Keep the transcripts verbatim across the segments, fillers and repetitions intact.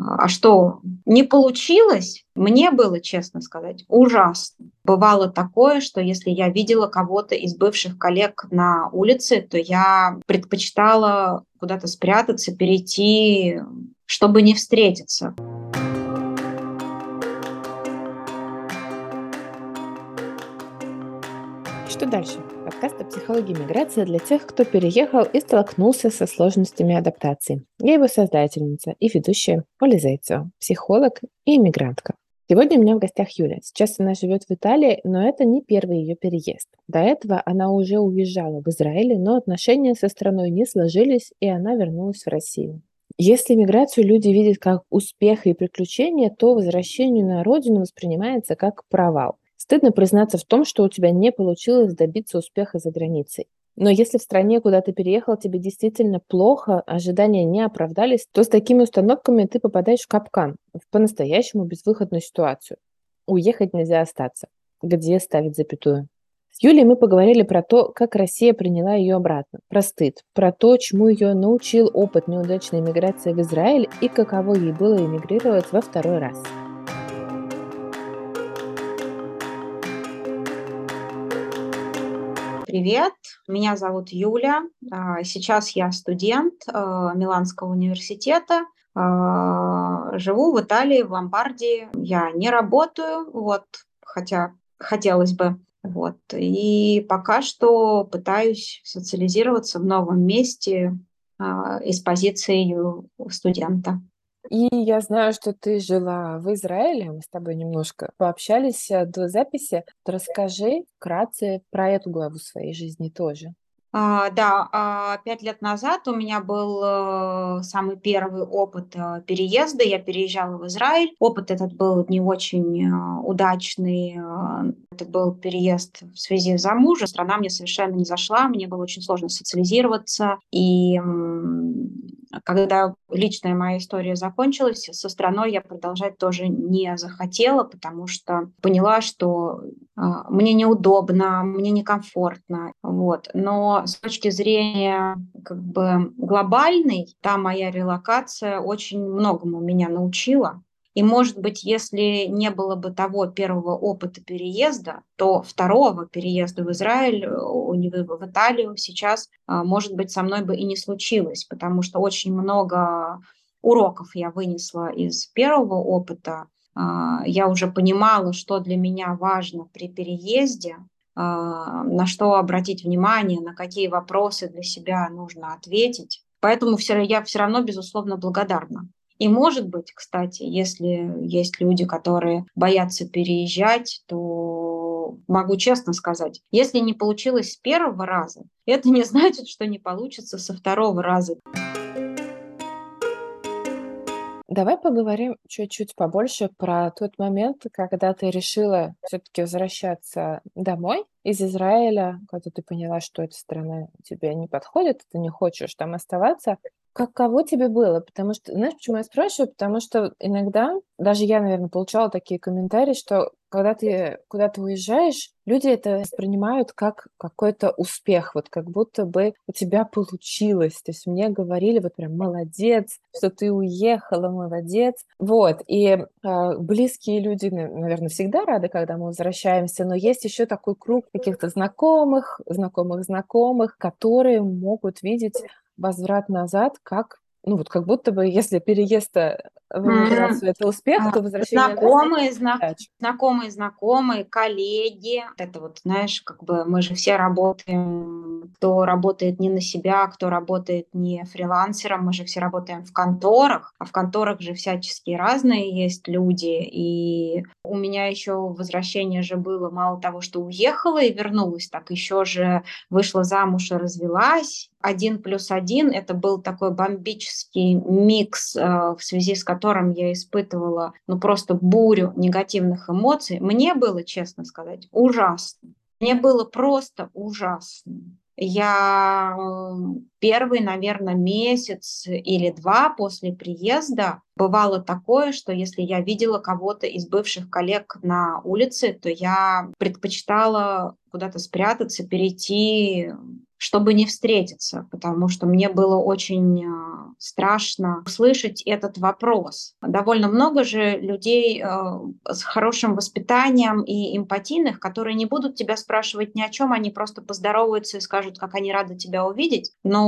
А что, не получилось? Мне было, честно сказать, ужасно. Бывало такое, что если я видела кого-то из бывших коллег на улице, то я предпочитала куда-то спрятаться, перейти, чтобы не встретиться. Что дальше? Подкаст о психологии миграции для тех, кто переехал и столкнулся со сложностями адаптации. Я его создательница и ведущая Оля Зайцева, психолог и иммигрантка. Сегодня у меня в гостях Юля. Сейчас она живет в Италии, но это не первый ее переезд. До этого она уже уезжала в Израиль, но отношения со страной не сложились, и она вернулась в Россию. Если миграцию люди видят как успех и приключения, то возвращение на родину воспринимается как провал. Стыдно признаться в том, что у тебя не получилось добиться успеха за границей. Но если в стране, куда ты переехал, тебе действительно плохо, ожидания не оправдались, то с такими установками ты попадаешь в капкан, в по-настоящему безвыходную ситуацию. Уехать нельзя остаться. Где ставить запятую? С Юлей мы поговорили про то, как Россия приняла ее обратно, про стыд, про то, чему ее научил опыт неудачной миграции в Израиль и каково ей было эмигрировать во второй раз. Привет, меня зовут Юля. А, Сейчас я студент а, Миланского университета. А, Живу в Италии, в Ломбардии. Я не работаю, вот, хотя хотелось бы. Вот. И пока что пытаюсь социализироваться в новом месте а, из позиции студента. И я знаю, что ты жила в Израиле. Мы с тобой немножко пообщались э, до записи. Расскажи вкратце про эту главу своей жизни тоже. А, Да, а, пять лет назад у меня был э, самый первый опыт э, переезда. Я переезжала в Израиль. Опыт этот был не очень э, удачный. э, Это был переезд в связи с замужем. Страна мне совершенно не зашла. Мне было очень сложно социализироваться. И м, когда личная моя история закончилась, со страной я продолжать тоже не захотела, потому что поняла, что а, мне неудобно, мне некомфортно, вот. Но с точки зрения как бы глобальной, та моя релокация очень многому меня научила. И, может быть, если не было бы того первого опыта переезда, то второго переезда в Израиль, э, в Италию сейчас, а, может быть, со мной бы и не случилось, потому что очень много уроков я вынесла из первого опыта. А, Я уже понимала, что для меня важно при переезде, а, на что обратить внимание, на какие вопросы для себя нужно ответить. Поэтому все, я все равно, безусловно, благодарна. И, может быть, кстати, если есть люди, которые боятся переезжать, то могу честно сказать, если не получилось с первого раза, это не значит, что не получится со второго раза. Давай поговорим чуть-чуть побольше про тот момент, когда ты решила все-таки возвращаться домой из Израиля, когда ты поняла, что эта страна тебе не подходит, ты не хочешь там оставаться. Каково тебе было? Потому что, знаешь, почему я спрашиваю? Потому что иногда, даже я, наверное, получала такие комментарии, что когда ты куда-то уезжаешь, люди это воспринимают как какой-то успех, вот как будто бы у тебя получилось. То есть мне говорили вот прям молодец, что ты уехала, молодец. Вот, и э, близкие люди, наверное, всегда рады, когда мы возвращаемся, но есть еще такой круг каких-то знакомых, знакомых, знакомых, которые могут видеть возврат назад как, ну вот как будто бы, если переезд э, в М, эмиграцию — это успех, а, то возвращение назад — это Знакомые, зна- неудача. знакомые, знакомые, коллеги. Вот это вот, знаешь, как бы мы же все работаем, кто работает не на себя, кто работает не фрилансером, мы же все работаем в конторах, а в конторах же всяческие разные есть люди. И у меня еще возвращение же было мало того, что уехала и вернулась, так еще же вышла замуж и развелась. Один плюс один — это был такой бомбический микс, э, в связи с которым я испытывала, ну, просто бурю негативных эмоций. Мне было, честно сказать, ужасно. Мне было просто ужасно. Я э, первый, наверное, месяц или два после приезда бывало такое, что если я видела кого-то из бывших коллег на улице, то я предпочитала куда-то спрятаться, перейти, чтобы не встретиться, потому что мне было очень а, страшно услышать этот вопрос. Довольно много же людей э, с хорошим воспитанием и эмпатийных, которые не будут тебя спрашивать ни о чем, они просто поздороваются и скажут, как они рады тебя увидеть.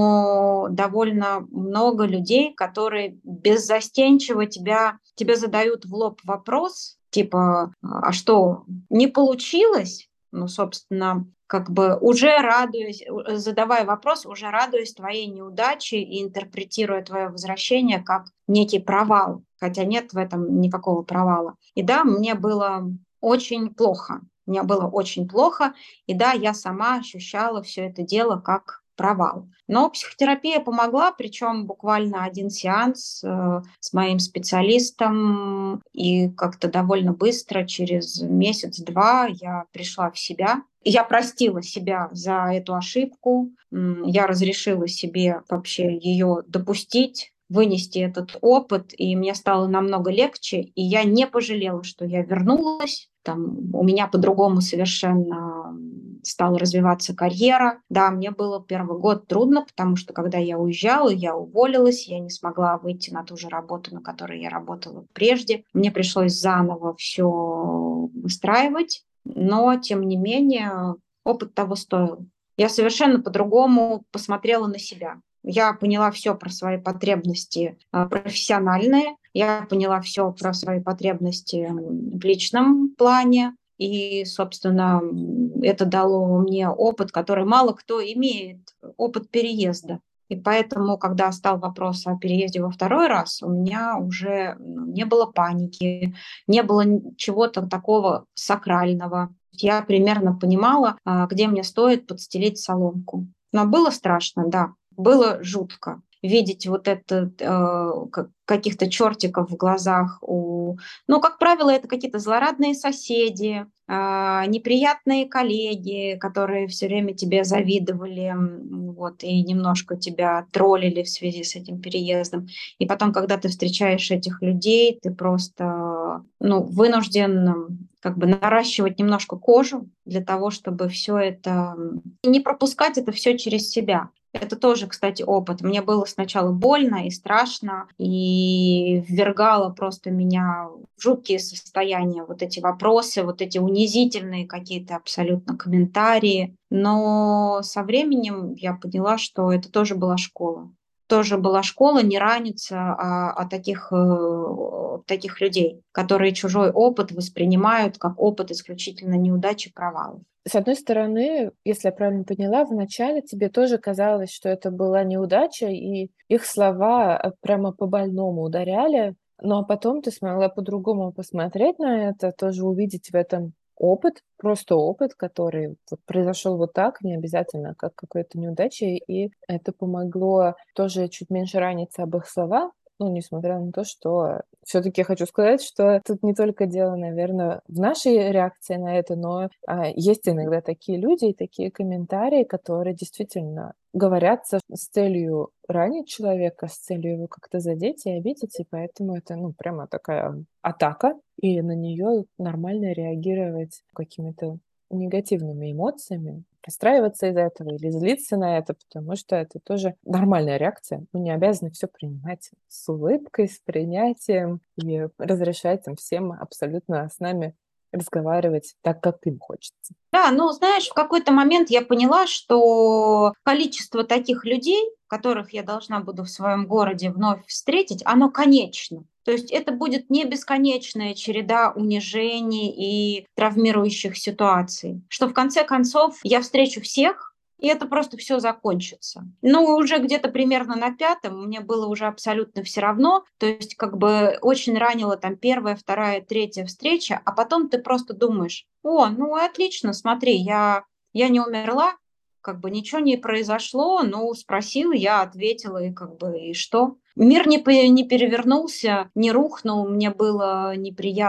Но довольно много людей, которые беззастенчиво тебя, тебе задают в лоб вопрос, типа, а что, не получилось? Ну, собственно, как бы уже радуясь, э, задавая вопрос, уже радуясь твоей неудаче и интерпретируя твое возвращение как некий провал, хотя нет в этом никакого провала. И да, мне было очень плохо, мне было очень плохо, и да, я сама ощущала все это дело как провал. Но психотерапия помогла, причем буквально один сеанс э, с моим специалистом, и как-то довольно быстро, через месяц-два, я пришла в себя. Я простила себя за эту ошибку, я разрешила себе вообще ее допустить, вынести этот опыт, и мне стало намного легче, и я не пожалела, что я вернулась. Там у меня по-другому совершенно стала развиваться карьера. Да, мне было первый год трудно, потому что когда я уезжала, я уволилась, я не смогла выйти на ту же работу, на которой я работала прежде. Мне пришлось заново все выстраивать, но, тем не менее, опыт того стоил. Я совершенно по-другому посмотрела на себя. Я поняла все про свои потребности а, профессиональные, я поняла все про свои потребности в личном плане, и, собственно, это дало мне опыт, который мало кто имеет, опыт переезда. И поэтому, когда стал вопрос о переезде во второй раз, у меня уже не было паники, не было чего-то такого сакрального. Я примерно понимала, а, где мне стоит подстелить соломку. Но было страшно, да, было жутко видеть вот это э, каких-то чертиков в глазах. У... Ну, как правило, это какие-то злорадные соседи, э, неприятные коллеги, которые все время тебе завидовали, вот, и немножко тебя троллили в связи с этим переездом. И потом, когда ты встречаешь этих людей, ты просто, ну, вынужден как бы наращивать немножко кожу для того, чтобы все это не пропускать это все через себя. Это тоже, кстати, опыт. Мне было сначала больно и страшно, и ввергало просто меня в жуткие состояния. Вот эти вопросы, вот эти унизительные какие-то абсолютно комментарии. Но со временем я поняла, что это тоже была школа. Тоже была школа не раниться а, а таких, э, таких людей, которые чужой опыт воспринимают как опыт исключительно неудачи, провалов. С одной стороны, если я правильно поняла, вначале тебе тоже казалось, что это была неудача, и их слова э, прямо по-больному ударяли, но потом ты смогла по-другому посмотреть на это, тоже увидеть в этом опыт, просто опыт, который вот произошел вот так, не обязательно как какой-то неудачей, и это помогло тоже чуть меньше раниться об их слова, ну, несмотря на то, что все-таки я хочу сказать, что тут не только дело, наверное, в нашей реакции на это, но а, есть иногда такие люди и такие комментарии, которые действительно говорят со- с целью ранить человека, с целью его как-то задеть и обидеть, и поэтому это, ну, прямо такая атака, и на нее нормально реагировать какими-то негативными эмоциями, расстраиваться из-за этого или злиться на это, потому что это тоже нормальная реакция. Мы не обязаны все принимать с улыбкой, с принятием и разрешать им всем абсолютно с нами разговаривать так, как им хочется. Да, ну, знаешь, в какой-то момент я поняла, что количество таких людей, которых я должна буду в своем городе вновь встретить, оно конечно. То есть это будет не бесконечная череда унижений и травмирующих ситуаций, что в конце концов я встречу всех, и это просто все закончится. Ну, уже где-то примерно на пятом мне было уже абсолютно все равно. То есть как бы очень ранила там первая, вторая, третья встреча, а потом ты просто думаешь, о, ну отлично, смотри, я, я не умерла, как бы ничего не произошло, ну, спросила, я ответила, и как бы, и что? Мир не, не перевернулся, не рухнул, мне было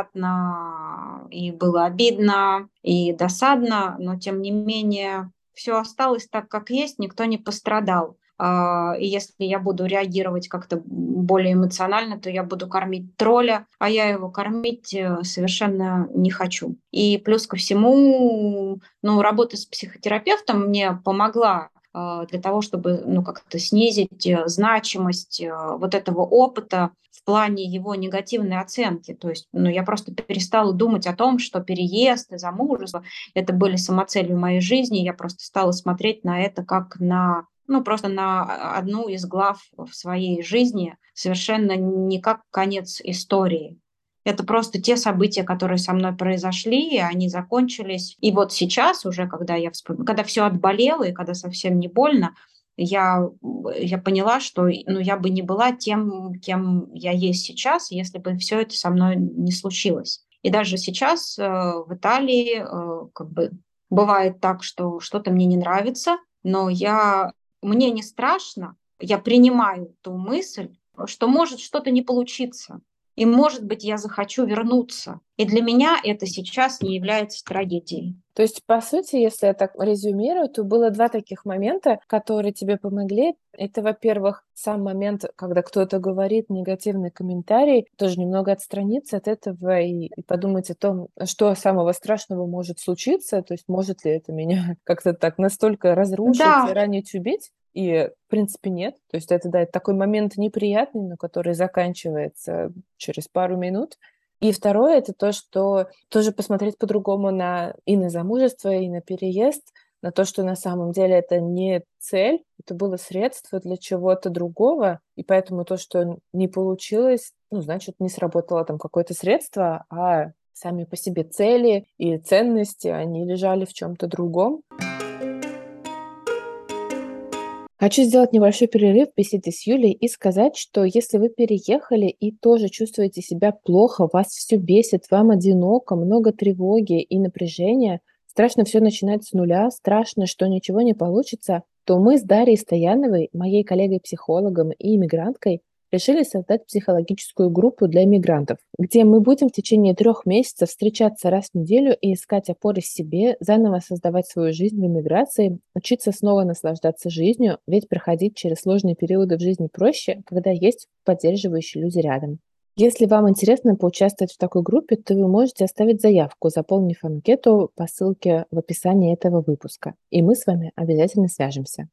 неприятно, и было обидно, и досадно, но тем не менее все осталось так, как есть, никто не пострадал. И если я буду реагировать как-то более эмоционально, то я буду кормить тролля, а я его кормить э, совершенно не хочу. И плюс ко всему, ну, работа с психотерапевтом мне помогла для того, чтобы ну, как-то снизить значимость вот этого опыта в плане его негативной оценки. То есть ну, я просто перестала думать о том, что переезд и замужество – это были самоцелью моей жизни. Я просто стала смотреть на это как на ну, просто на одну из глав в своей жизни, совершенно не как конец истории. Это просто те события, которые со мной произошли, и они закончились. И вот сейчас уже, когда я вспом... когда все отболело, и когда совсем не больно, я, я поняла, что ну, я бы не была тем, кем я есть сейчас, если бы все это со мной не случилось. И даже сейчас э, в Италии э, как бы бывает так, что что-то мне не нравится, но я мне не страшно, я принимаю ту мысль, что может что-то не получиться. И, может быть, я захочу вернуться. И для меня это сейчас не является трагедией. То есть, по сути, если я так резюмирую, то было два таких момента, которые тебе помогли. Это, во-первых, сам момент, когда кто-то говорит негативный комментарий, тоже немного отстраниться от этого и, и подумать о том, что самого страшного может случиться, то есть может ли это меня как-то так настолько разрушить и Да, ранить, убить. И, в принципе, нет. То есть это, да, такой момент неприятный, но который заканчивается через пару минут. И второе – это то, что тоже посмотреть по-другому на и на замужество, и на переезд, на то, что на самом деле это не цель, это было средство для чего-то другого, и поэтому то, что не получилось, ну, значит, не сработало там какое-то средство, а сами по себе цели и ценности, они лежали в чем-то другом. Хочу сделать небольшой перерыв в беседе с Юлей и сказать, что если вы переехали и тоже чувствуете себя плохо, вас все бесит, вам одиноко, много тревоги и напряжения, страшно все начинать с нуля, страшно, что ничего не получится, то мы с Дарьей Стояновой, моей коллегой-психологом и иммигранткой, решили создать психологическую группу для иммигрантов, где мы будем в течение трех месяцев встречаться раз в неделю и искать опоры в себе, заново создавать свою жизнь в иммиграции, учиться снова наслаждаться жизнью, ведь проходить через сложные периоды в жизни проще, когда есть поддерживающие люди рядом. Если вам интересно поучаствовать в такой группе, то вы можете оставить заявку, заполнив анкету по ссылке в описании этого выпуска. И мы с вами обязательно свяжемся.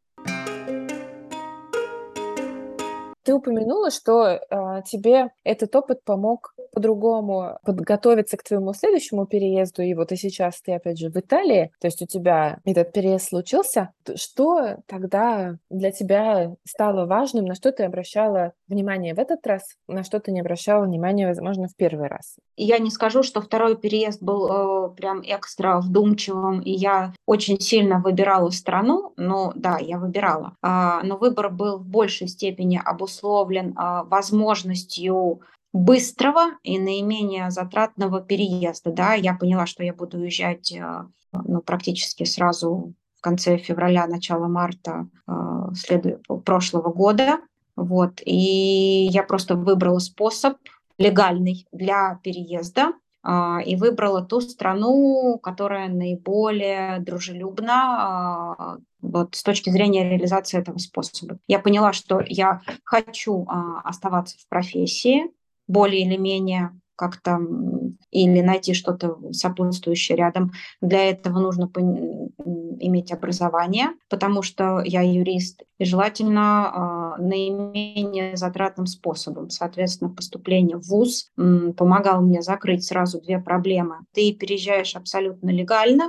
Ты упомянула, что э, тебе этот опыт помог по-другому подготовиться к твоему следующему переезду, и вот и сейчас ты, опять же, в Италии, то есть у тебя этот переезд случился. Что тогда для тебя стало важным, на что ты обращала внимание в этот раз, на что ты не обращала внимания, возможно, в первый раз? я не скажу, что второй переезд был э, прям экстра вдумчивым, и я очень сильно выбирала страну, но да, я выбирала. А, но выбор был в большей степени обусловлен а, возможностью быстрого и наименее затратного переезда. Да, я поняла, что я буду уезжать э, ну, практически сразу в конце февраля, начало марта э, следу... прошлого года. Вот. И я просто выбрала способ легальный для переезда а, и выбрала ту страну, которая наиболее дружелюбна а, вот, с точки зрения реализации этого способа. Я поняла, что я хочу а, оставаться в профессии более или менее как-то или найти что-то сопутствующее рядом. Для этого нужно иметь образование, потому что я юрист, и желательно э, наименее затратным способом. Соответственно, поступление в вуз м, помогало мне закрыть сразу две проблемы. Ты переезжаешь абсолютно легально,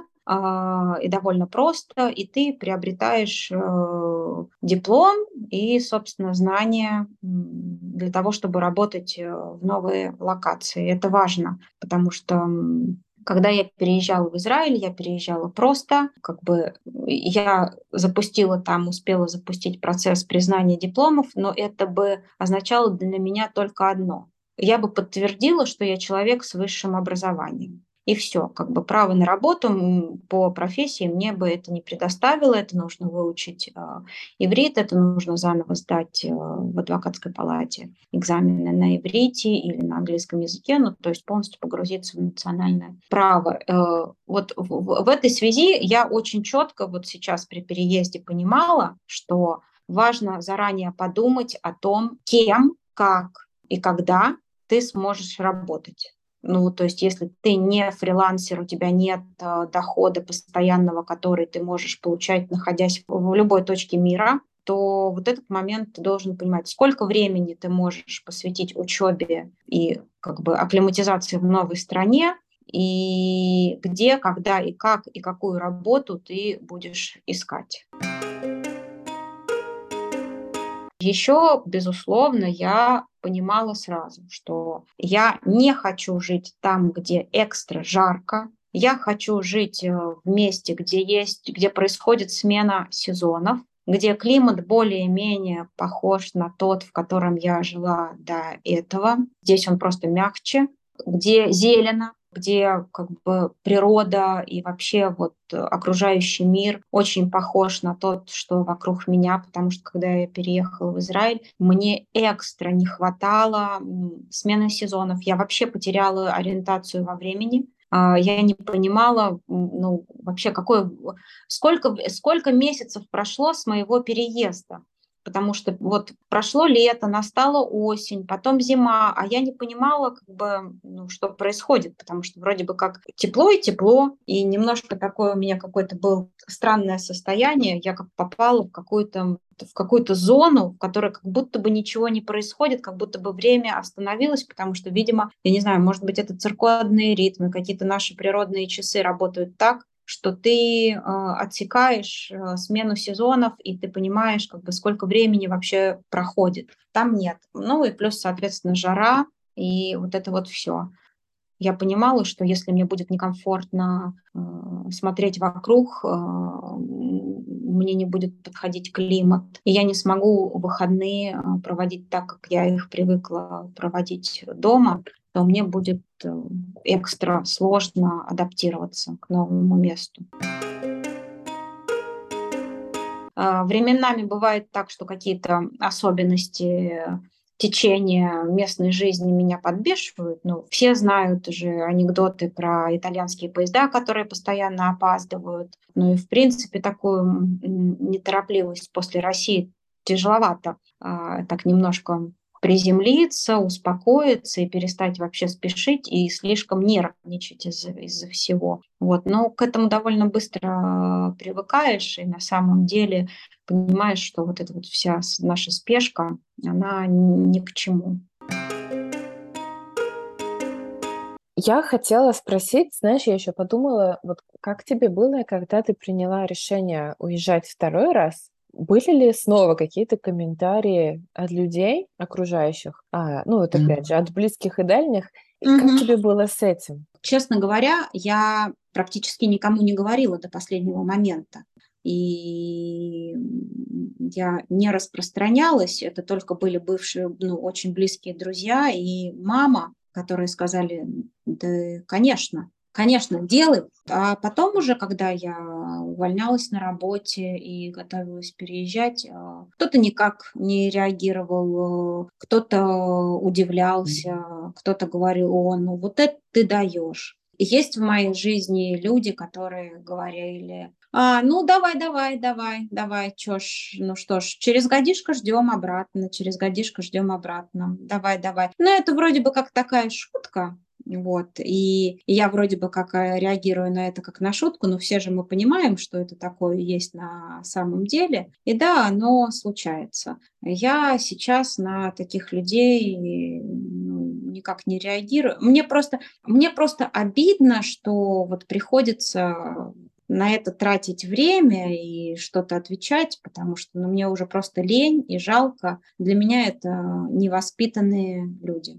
и довольно просто, и ты приобретаешь э, диплом и, собственно, знания для того, чтобы работать в новые локации. Это важно, потому что когда я переезжала в Израиль, я переезжала просто, как бы я запустила там, успела запустить процесс признания дипломов, но это бы означало для меня только одно. Я бы подтвердила, что я человек с высшим образованием. И все, как бы право на работу по профессии мне бы это не предоставило, это нужно выучить э, иврит, это нужно заново сдать э, в адвокатской палате экзамены на иврите или на английском языке, ну, то есть полностью погрузиться в национальное право. Э, вот в, в этой связи я очень четко вот сейчас при переезде понимала, что важно заранее подумать о том, кем, как и когда ты сможешь работать. Ну, то есть если ты не фрилансер, у тебя нет э, дохода постоянного, который ты можешь получать, находясь в любой точке мира, то вот этот момент ты должен понимать, сколько времени ты можешь посвятить учебе и как бы акклиматизации в новой стране, и где, когда и как, и какую работу ты будешь искать. Еще, безусловно, я понимала сразу, что я не хочу жить там, где экстра жарко. Я хочу жить э, в месте, где есть, где происходит смена сезонов, где климат более-менее похож на тот, в котором я жила до этого. Здесь он просто мягче, где зелено, где как бы природа и вообще вот э, окружающий мир очень похож на тот, что вокруг меня, потому что когда я переехала в Израиль, мне экстра не хватало м, смены сезонов. Я вообще потеряла ориентацию во времени. А, Я не понимала, м, ну, вообще, какое, сколько, сколько месяцев прошло с моего переезда. Потому что вот прошло лето, настала осень, потом зима, а я не понимала, как бы, ну, что происходит, потому что вроде бы как тепло и тепло, и немножко такое у меня какое-то было странное состояние, я как попала в какую-то в какую-то зону, в которой как будто бы ничего не происходит, как будто бы время остановилось, потому что, видимо, я не знаю, может быть, это циркадные ритмы, какие-то наши природные часы работают так, что ты э, отсекаешь э, смену сезонов, и ты понимаешь, как бы, сколько времени вообще проходит. Там нет. Ну и плюс, соответственно, жара, и вот это вот все. Я понимала, что если мне будет некомфортно э, смотреть вокруг, э, мне не будет подходить климат, и я не смогу выходные э, проводить так, как я их привыкла проводить дома, то мне будет э, экстра сложно адаптироваться к новому месту. А, Временами бывает так, что какие-то особенности течения местной жизни меня подбешивают. Ну, все знают уже анекдоты про итальянские поезда, которые постоянно опаздывают. Ну и, в принципе, такую м, неторопливость после России тяжеловато а, так немножко приземлиться, успокоиться и перестать вообще спешить и слишком нервничать из-за из-за всего. Вот. Но к этому довольно быстро привыкаешь, и на самом деле понимаешь, что вот эта вот вся с- наша спешка, она ни к чему. Я хотела спросить, знаешь, я еще подумала, вот как тебе было, когда ты приняла решение уезжать второй раз? Были ли снова какие-то комментарии от людей окружающих? А, ну, вот опять же, от близких и дальних. И как Мгм. тебе было с этим? Честно говоря, я практически никому не говорила до последнего момента. И м, я не распространялась. Это только были бывшие, ну, очень близкие друзья и мама, которые сказали, да, конечно, конечно, делай. А потом уже, когда я увольнялась на работе и готовилась переезжать, а, кто-то никак не реагировал, э, кто-то удивлялся, кто-то говорил, о, ну вот это ты даешь. Есть в моей жизни люди, которые говорили, а, ну давай, давай, давай, давай, чё ж, ну что ж, через годишко ждем обратно, через годишко ждем обратно, давай, давай. Ну это вроде бы как такая шутка, вот, и, и я вроде бы как э, реагирую на это как на шутку, но все же мы понимаем, что это такое есть на самом деле, и да, оно случается. Я сейчас на таких людей ну, никак не реагирую. Мне просто, мне просто обидно, что вот приходится на это тратить время и что-то отвечать, потому что ну, мне уже просто лень и жалко. Для меня это невоспитанные люди.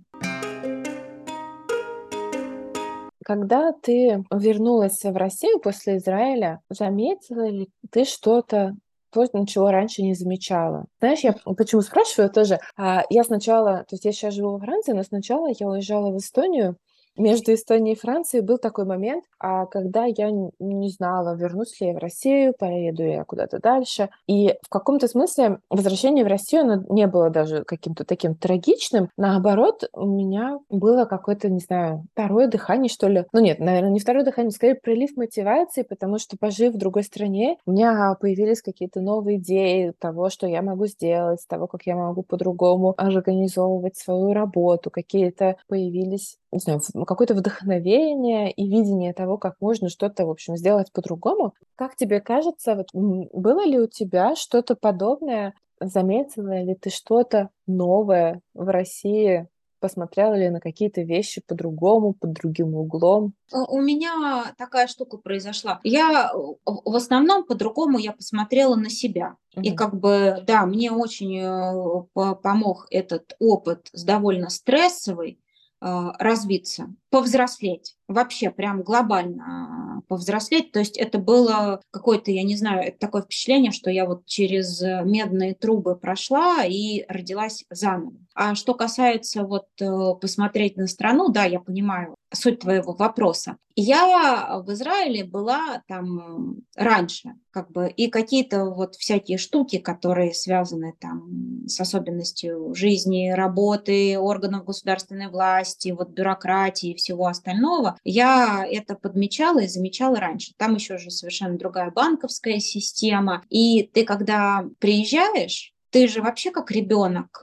Когда ты вернулась в Россию после Израиля, заметила ли ты что-то, то, чего раньше не замечала? Знаешь, я почему спрашиваю тоже? А, Я сначала, то есть я сейчас живу во Франции, но сначала я уезжала в Эстонию. Между Эстонией и Францией был такой момент, а, когда я н- не знала, вернусь ли я в Россию, поеду я куда-то дальше. И в каком-то смысле возвращение в Россию, оно не было даже каким-то таким трагичным. Наоборот, у меня было какое-то, не знаю, второе дыхание, что ли. Ну нет, наверное, не второе дыхание, скорее прилив мотивации, потому что, пожив в другой стране, у меня появились какие-то новые идеи того, что я могу сделать, того, как я могу по-другому организовывать свою работу. Какие-то появились не знаю, в- какое-то вдохновение и видение того, как можно что-то, в общем, сделать по-другому. Как тебе кажется, вот, м, было ли у тебя что-то подобное? Заметила ли ты что-то новое в России? Посмотрела ли на какие-то вещи по-другому, под другим углом? У у меня такая штука произошла. Я, э, в в основном по-другому я посмотрела на себя. И Мгм. как бы, да, мне очень, э, по помог этот опыт с довольно стрессовый, а, развиться, повзрослеть. Вообще прям глобально, а, повзрослеть. То есть это было какое-то, я не знаю, это такое впечатление, что я вот через, э, медные трубы прошла и родилась заново. А что касается вот, э, посмотреть на страну, да, я понимаю суть твоего вопроса. Я в Израиле была там раньше, как бы, и какие-то вот всякие штуки, которые связаны там с особенностью жизни, работы органов государственной власти, вот бюрократии и всего остального, я это подмечала и замечала раньше. Там еще же совершенно другая банковская система. И ты, когда приезжаешь, ты же вообще как ребенок,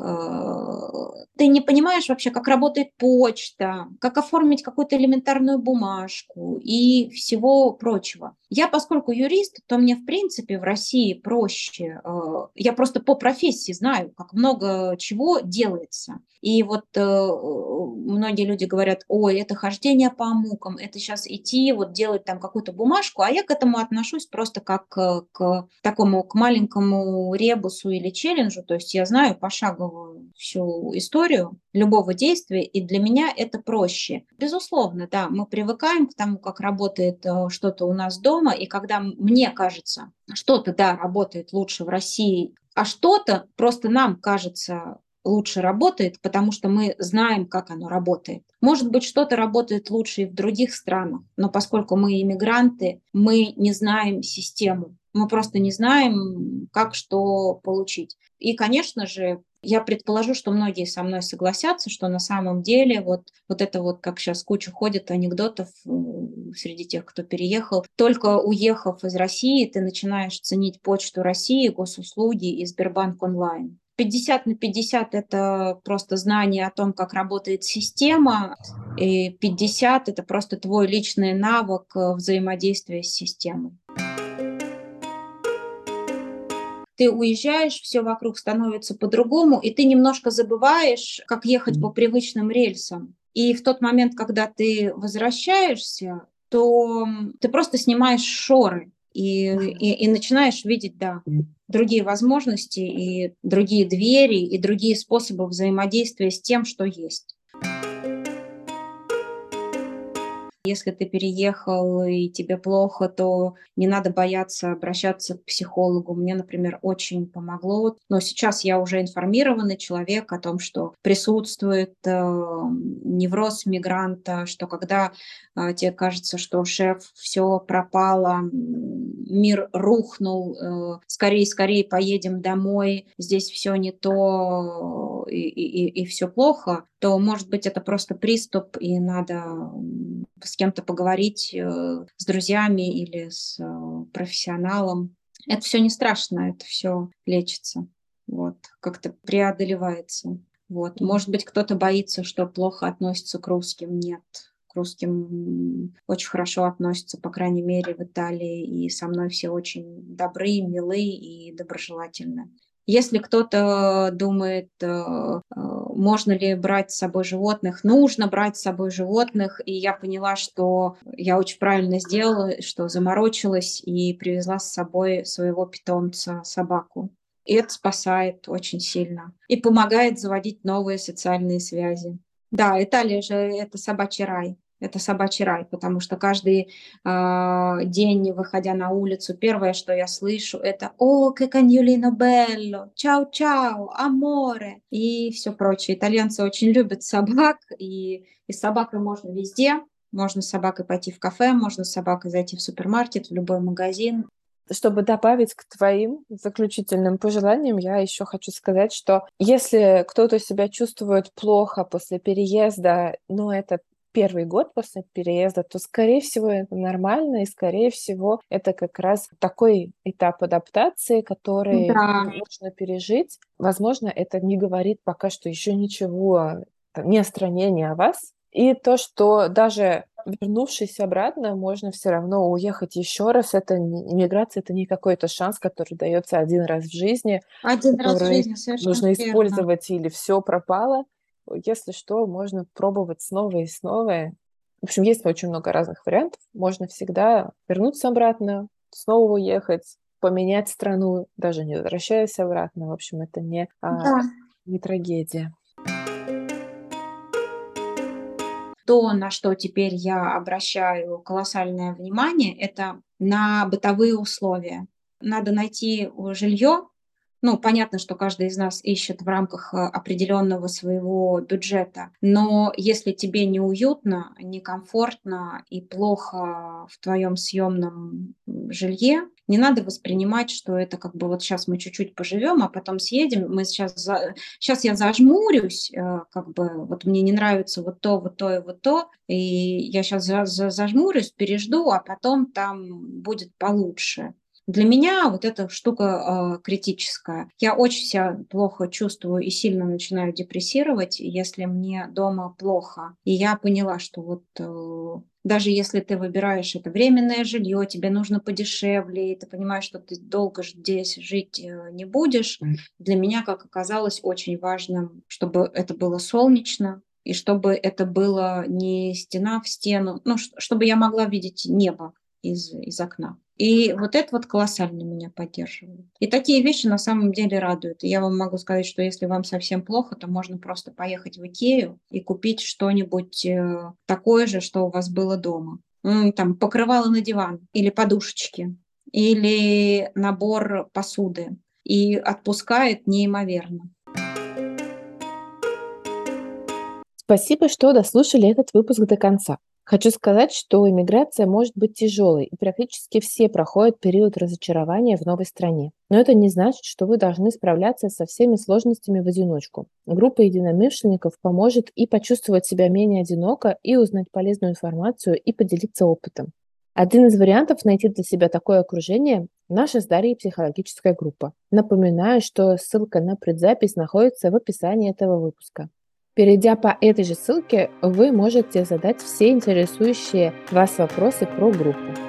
э, ты не понимаешь вообще, как работает почта, как оформить какую-то элементарную бумажку и всего прочего. Я, поскольку юрист, то мне, в принципе, в России проще. э, Я просто по профессии знаю, как много чего делается. И вот э, многие люди говорят, ой, это хождение по мукам, это сейчас идти, вот делать там какую-то бумажку, а я к этому отношусь просто как э, к такому, к маленькому ребусу или челленджу, то есть я знаю пошаговую всю историю любого действия, и для меня это проще. Безусловно, да, мы привыкаем к тому, как работает э, что-то у нас дома, и когда м- мне кажется, что-то, да, работает лучше в России, а что-то просто нам кажется лучше работает, потому что мы знаем, как оно работает. Может быть, что-то работает лучше и в других странах, но поскольку мы иммигранты, мы не знаем систему, мы просто не знаем, как что получить. И, конечно же, я предположу, что многие со мной согласятся, что на самом деле вот, вот это вот, как сейчас куча ходит анекдотов э, среди тех, кто переехал, только уехав из России, ты начинаешь ценить Почту России, госуслуги и Сбербанк онлайн. пятьдесят на пятьдесят это просто знание о том, как работает система, и пятьдесят это просто твой личный навык э, взаимодействия с системой. Ты уезжаешь, все вокруг становится по-другому, и ты немножко забываешь, как ехать по привычным рельсам. И в тот момент, когда ты возвращаешься, то ты просто снимаешь шоры и, и, и начинаешь видеть, да, другие возможности и другие двери и другие способы взаимодействия с тем, что есть. Если ты переехал и тебе плохо, то не надо бояться обращаться к психологу. Мне, например, очень помогло. Но сейчас я уже информированный человек о том, что присутствует э, невроз мигранта, что когда э, тебе кажется, что шеф, все пропало, мир рухнул, э, скорее, скорее поедем домой, здесь все не то и, и, и все плохо, то, может быть, это просто приступ, и надо с кем-то поговорить, э, с друзьями или с э, профессионалом. Это все не страшно, это все лечится, вот, как-то преодолевается. Вот. Может быть, кто-то боится, что плохо относится к русским. Нет, к русским очень хорошо относятся, по крайней мере, в Италии, и со мной все очень добры, милы и доброжелательны. Если кто-то думает, э, э, можно ли брать с собой животных, нужно брать с собой животных, и я поняла, что я очень правильно сделала, что заморочилась и привезла с собой своего питомца, собаку. И это спасает очень сильно и помогает заводить новые социальные связи. Да, Италия же это собачий рай. Это собачий рай, потому что каждый а, день, выходя на улицу, первое, что я слышу, это «О, che cagnolino bello! Чао, чао, аморе!» и все прочее. Итальянцы очень любят собак, и, и с собакой можно везде. Можно с собакой пойти в кафе, можно с собакой зайти в супермаркет, в любой магазин. Чтобы добавить к твоим заключительным пожеланиям, я еще хочу сказать, что если кто-то себя чувствует плохо после переезда, ну, это первый год после переезда, то, скорее всего, это нормально, и, скорее всего, это как раз такой этап адаптации, который Да, нужно пережить. Возможно, это не говорит пока что еще ничего, там, ни о стране, ни о вас, И то, что даже вернувшись обратно, можно все равно уехать еще раз. Это не иммиграция, это не какой-то шанс, который дается один раз в жизни, Один раз в который жизни, совершенно нужно верно. использовать или все пропало. Если что, можно пробовать снова и снова. В общем, есть очень много разных вариантов. Можно всегда вернуться обратно, снова уехать, поменять страну, даже не возвращаясь обратно. В общем, это не, а, Да. не трагедия. То, на что теперь я обращаю колоссальное внимание, это на бытовые условия. Надо найти э, жилье. Ну, понятно, что каждый из нас ищет в рамках э, определенного своего бюджета, но если тебе неуютно, некомфортно и плохо в твоем съемном м, жилье, не надо воспринимать, что это как бы вот сейчас мы чуть-чуть поживем, а потом съедем, мы сейчас сейчас я зажмурюсь, э, как бы вот мне не нравится вот то, вот то и вот то, и я сейчас зажмурюсь, пережду, а потом там будет получше. Для меня вот эта штука, э, критическая. Я очень себя плохо чувствую и сильно начинаю депрессировать, если мне дома плохо. И я поняла, что вот, э, даже если ты выбираешь это временное жилье, тебе нужно подешевле, и ты понимаешь, что ты долго здесь жить, э, не будешь. Для меня, как оказалось, очень важно, чтобы это было солнечно, и чтобы это было не стена в стену, ну, ш чтобы я могла видеть небо из из окна. И вот это вот колоссально меня поддерживает. И такие вещи на самом деле радуют. И я вам могу сказать, что если вам совсем плохо, то можно просто поехать в "Икею" и купить что-нибудь, э, такое же, что у вас было дома. М, там покрывало на диван или подушечки, или набор посуды. И отпускает неимоверно. Спасибо, что дослушали этот выпуск до конца. Хочу сказать, что иммиграция может быть тяжелой, и практически все проходят период разочарования в новой стране. Но это не значит, что вы должны справляться со всеми сложностями в одиночку. Группа единомышленников поможет и почувствовать себя менее одиноко, и узнать полезную информацию, и поделиться опытом. Один из вариантов найти для себя такое окружение – наша с Дарьей психологическая группа. Напоминаю, что ссылка на предзапись находится в описании этого выпуска. Перейдя по этой же ссылке, вы можете задать все интересующие вас вопросы про группу.